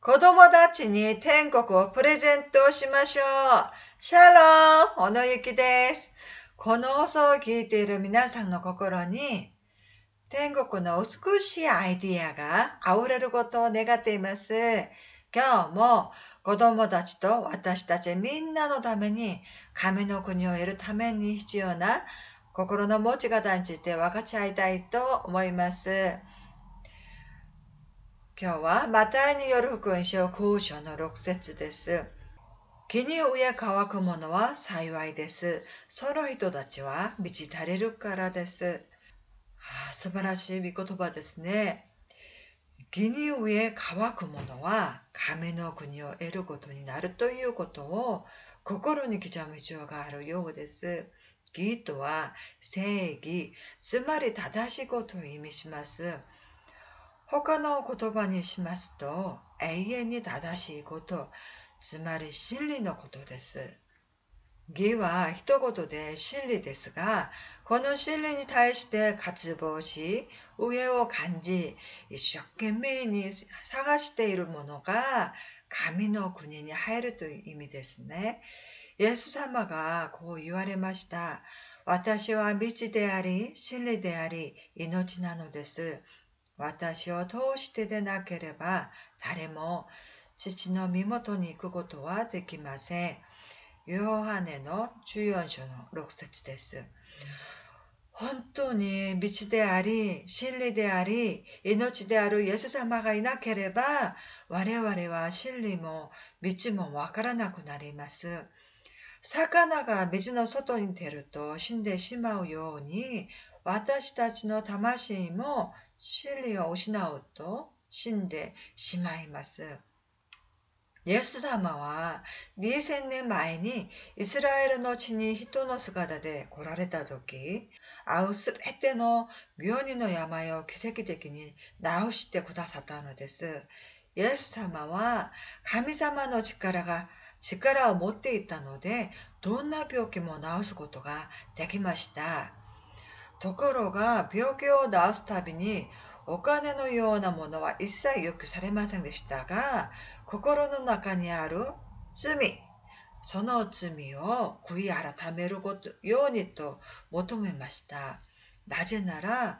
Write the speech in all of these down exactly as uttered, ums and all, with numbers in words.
子供たちに天国をプレゼントしましょう。シャロー、小野ゆきです。この放送を聞いている皆さんの心に、天国の美しいアイディアが溢れることを願っています。今日も子供たちと私たちみんなのために、神の国を得るために必要な心の持ち方について分かち合いたいと思います。今日はマタイによる福音書きゅう章のろく節です。木に植え乾くものは幸いです。その人たちは満ち足りるからです。ああ、素晴らしい御言葉ですね。木に植え乾くものは神の国を得ることになるということを心に刻む必要があるようです。義とは正義、つまり正しいことを意味します。他の言葉にしますと、永遠に正しいこと、つまり真理のことです。義は一言で真理ですが、この真理に対して渇望し、上を感じ、一生懸命に探しているものが神の国に入るという意味ですね。イエス様がこう言われました。私は道であり、真理であり、命なのです。私を通してでなければ誰も父の身元に行くことはできません。ヨハネのじゅうよん章のろく節です。本当に道であり、真理であり、命であるイエス様がいなければ、我々は真理も道もわからなくなります。魚が水の外に出ると死んでしまうように、私たちの魂も真理を失うと死んでしまいます。イエス様はにせんねんまえにイスラエルの地に人の姿で来られたとき、会うすべての病人の病を奇跡的に治してくださったのです。イエス様は神様の力が力を持っていたので、どんな病気も治すことができました。ところが、病気を治すたびに、お金のようなものは一切要求されませんでしたが、心の中にある罪、その罪を悔い改めることようにと求めました。なぜなら、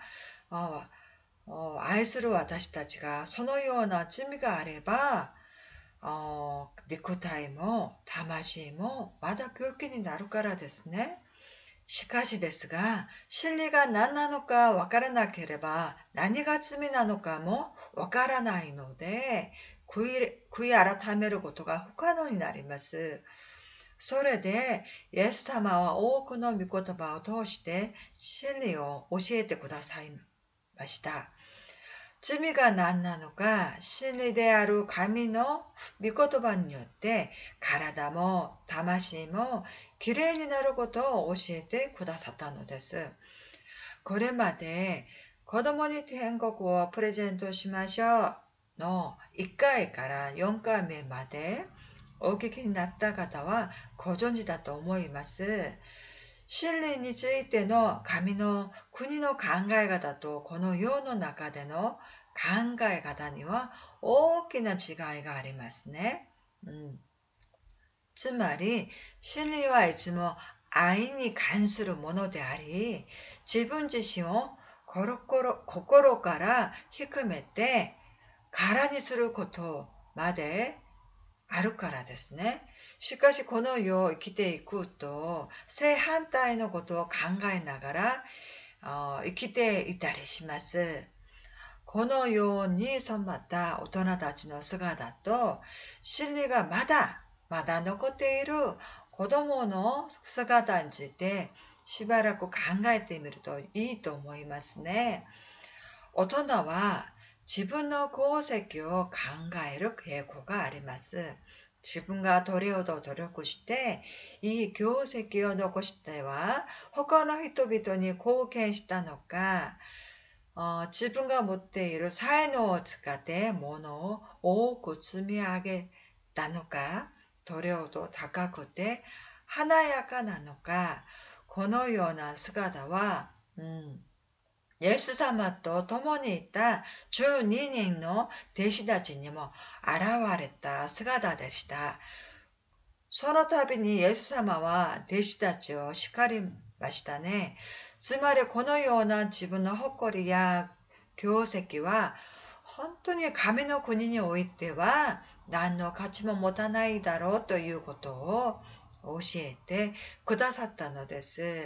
愛する私たちがそのような罪があれば、肉体も魂もまだ病気になるからですね。しかしですが、真理が何なのかわからなければ、何が罪なのかもわからないので、悔い、悔い改めることが不可能になります。それで、イエス様は多くの御言葉を通して真理を教えてくださいました。罪が何なのか、真理である神の御言葉によって体も魂もきれいになることを教えてくださったのです。これまで子供に天国をプレゼントしましょうのいっかいからよんかいめまでお聞きになった方はご存知だと思います。真理についての神の国の考え方とこの世の中での考え方には大きな違いがありますね。うん、つまり真理はいつも愛に関するものであり、自分自身を心心から低めて空にすることまであるからですね。しかしこの世を生きていくと正反対のことを考えながら生きていたりします。このように染まった大人たちの姿と真理がまだまだ残っている子供の姿についてしばらく考えてみるといいと思いますね。大人は自分の功績を考える傾向があります。自分がどれほど努力していい業績を残しては他の人々に貢献したのか、自分が持っている才能を使って物を多く積み上げたのか、どれほど高くて華やかなのか、このような姿は、うんイエス様と共にいたじゅうににんの弟子たちにも現れた姿でした。その度にイエス様は弟子たちを叱りましたね。つまりこのような自分の誇りや業績は本当に神の国においては何の価値も持たないだろうということを教えてくださったのです。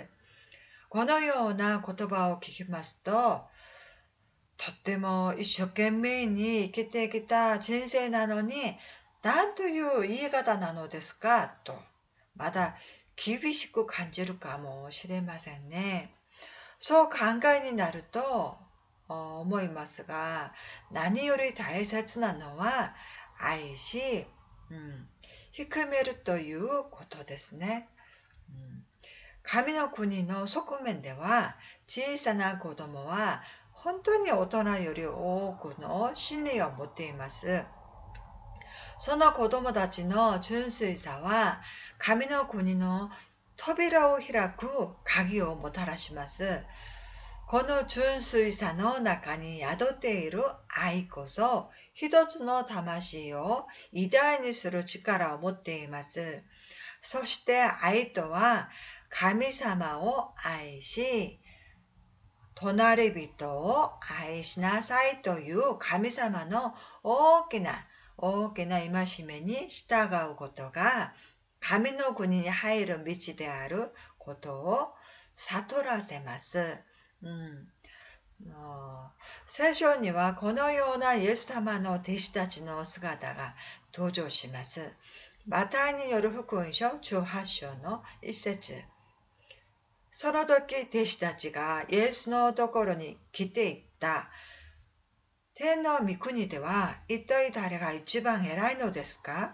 このような言葉を聞きますと、とっても一生懸命に生きてきた人生なのに、何という言い方なのですかと、まだ厳しく感じるかもしれませんね。そう考えになると思いますが、何より大切なのは愛し、うん、低めるということですね。うん、神の国の側面では、小さな子供は本当に大人より多くの真理を持っています。その子供たちの純粋さは、神の国の扉を開く鍵をもたらします。この純粋さの中に宿っている愛こそ、一つの魂を偉大にする力を持っています。そして愛とは、神様を愛し、隣人を愛しなさいという神様の大きな大きな戒めに従うことが神の国に入る道であることを悟らせます。うん、聖書にはこのようなイエス様の弟子たちの姿が登場します。マタイによる福音書じゅうはち章の一節。その時弟子たちがイエスのところに来ていった。天の御国では一体誰が一番偉いのですか？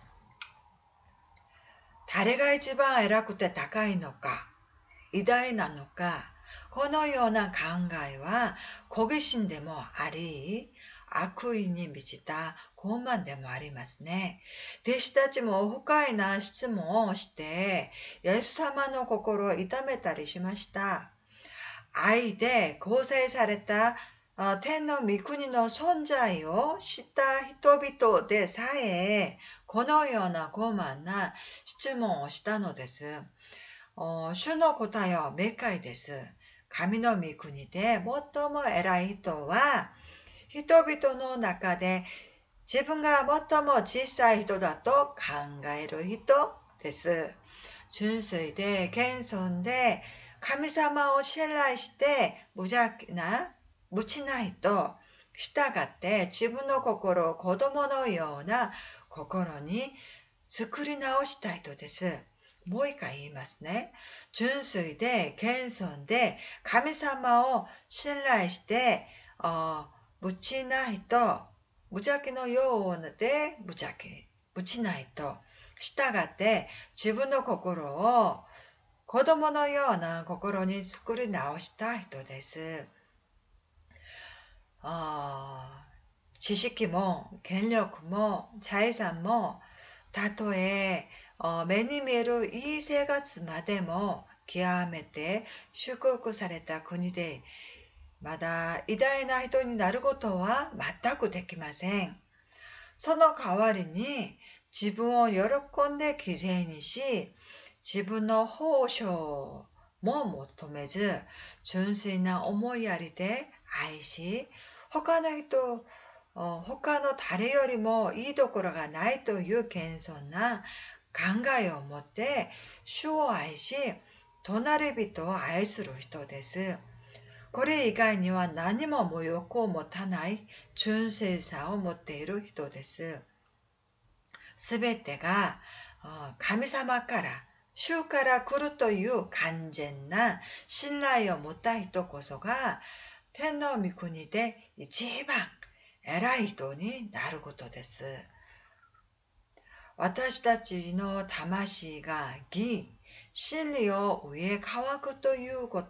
誰が一番偉くて高いのか、偉大なのか、このような考えは好奇心でもあり、悪意に満ちた傲慢でもありますね。弟子たちも不快な質問をして、イエス様の心を痛めたりしました。愛で構成された天の御国の存在を知った人々でさえ、このような傲慢な質問をしたのです。主の答えは明快です。神の御国で最も偉い人は、人々の中で自分が最も小さい人だと考える人です。純粋で謙遜で神様を信頼して無邪気な、無知ないと従って自分の心を子供のような心に作り直したい人です。もう一回言いますね。純粋で謙遜で神様を信頼して無知ないと、無邪気のようで無邪気、無知ないと従って自分の心を子供のような心に作り直した人です。あ知識も権力も財産もたとえ目に見えるいい生活までも極めて祝福された国でまだ偉大な人になることは全くできません。その代わりに自分を喜んで犠牲にし、自分の報奨も求めず、純粋な思いやりで愛し、他の人、他の誰よりもいいところがないという謙遜な考えを持って、主を愛し、隣人を愛する人です。これ以外には何も無欲を持たない純粋さを持っている人です。すべてが神様から、主から来るという完全な信頼を持った人こそが天の御国で一番偉い人になることです。私たちの魂が義、真理を植え乾くということ、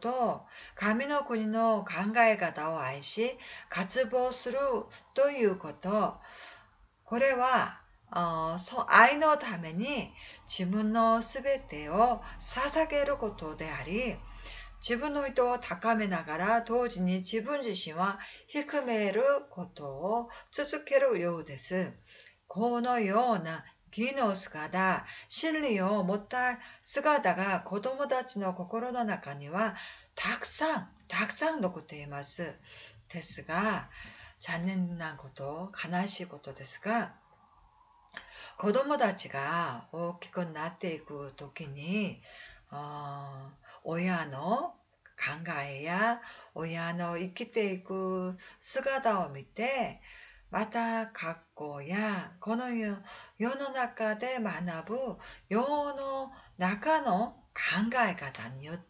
神の国の考え方を愛し、渇望するということ、これは愛のために自分のすべてを捧げることであり、 自分の意図を高めながら同時に自分自身は低めることを続けるようです。このような義の姿、真理を持った姿が子供たちの心の中にはたくさん、たくさん残っています。ですが、残念なこと、悲しいことですが、子供たちが大きくなっていくときに、親の考えや親の生きていく姿を見て、また学校やこの世の中で学ぶ世の中の考え方によって、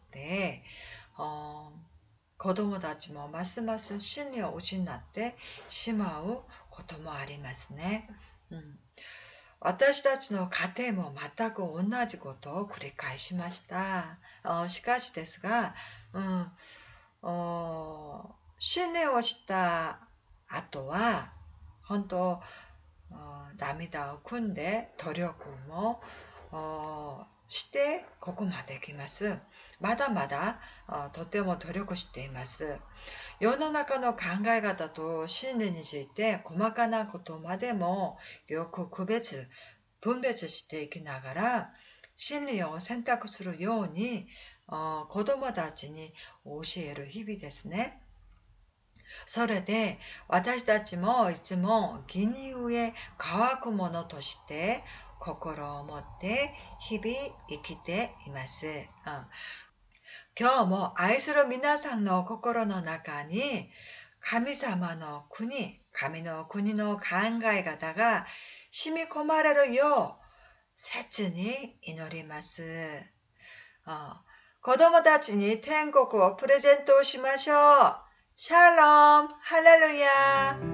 子供たちもますます真理を失ってしまうこともありますね。うん、私たちの家庭も全く同じことを繰り返しました。しかしですが、うん、真理をした後は、本当、涙を汲んで努力もしてここまで来ます。まだまだとても努力しています。世の中の考え方と真理について細かなことまでもよく区別、分別していきながら真理を選択するように子供たちに教える日々ですね。それで私たちもいつも義に上乾くものとして心を持って日々生きています。うん、今日も愛する皆さんの心の中に神様の国、神の国の考え方が染み込まれるよう切に祈ります。うん、子供たちに天国をプレゼントしましょう。샬롬 할렐루야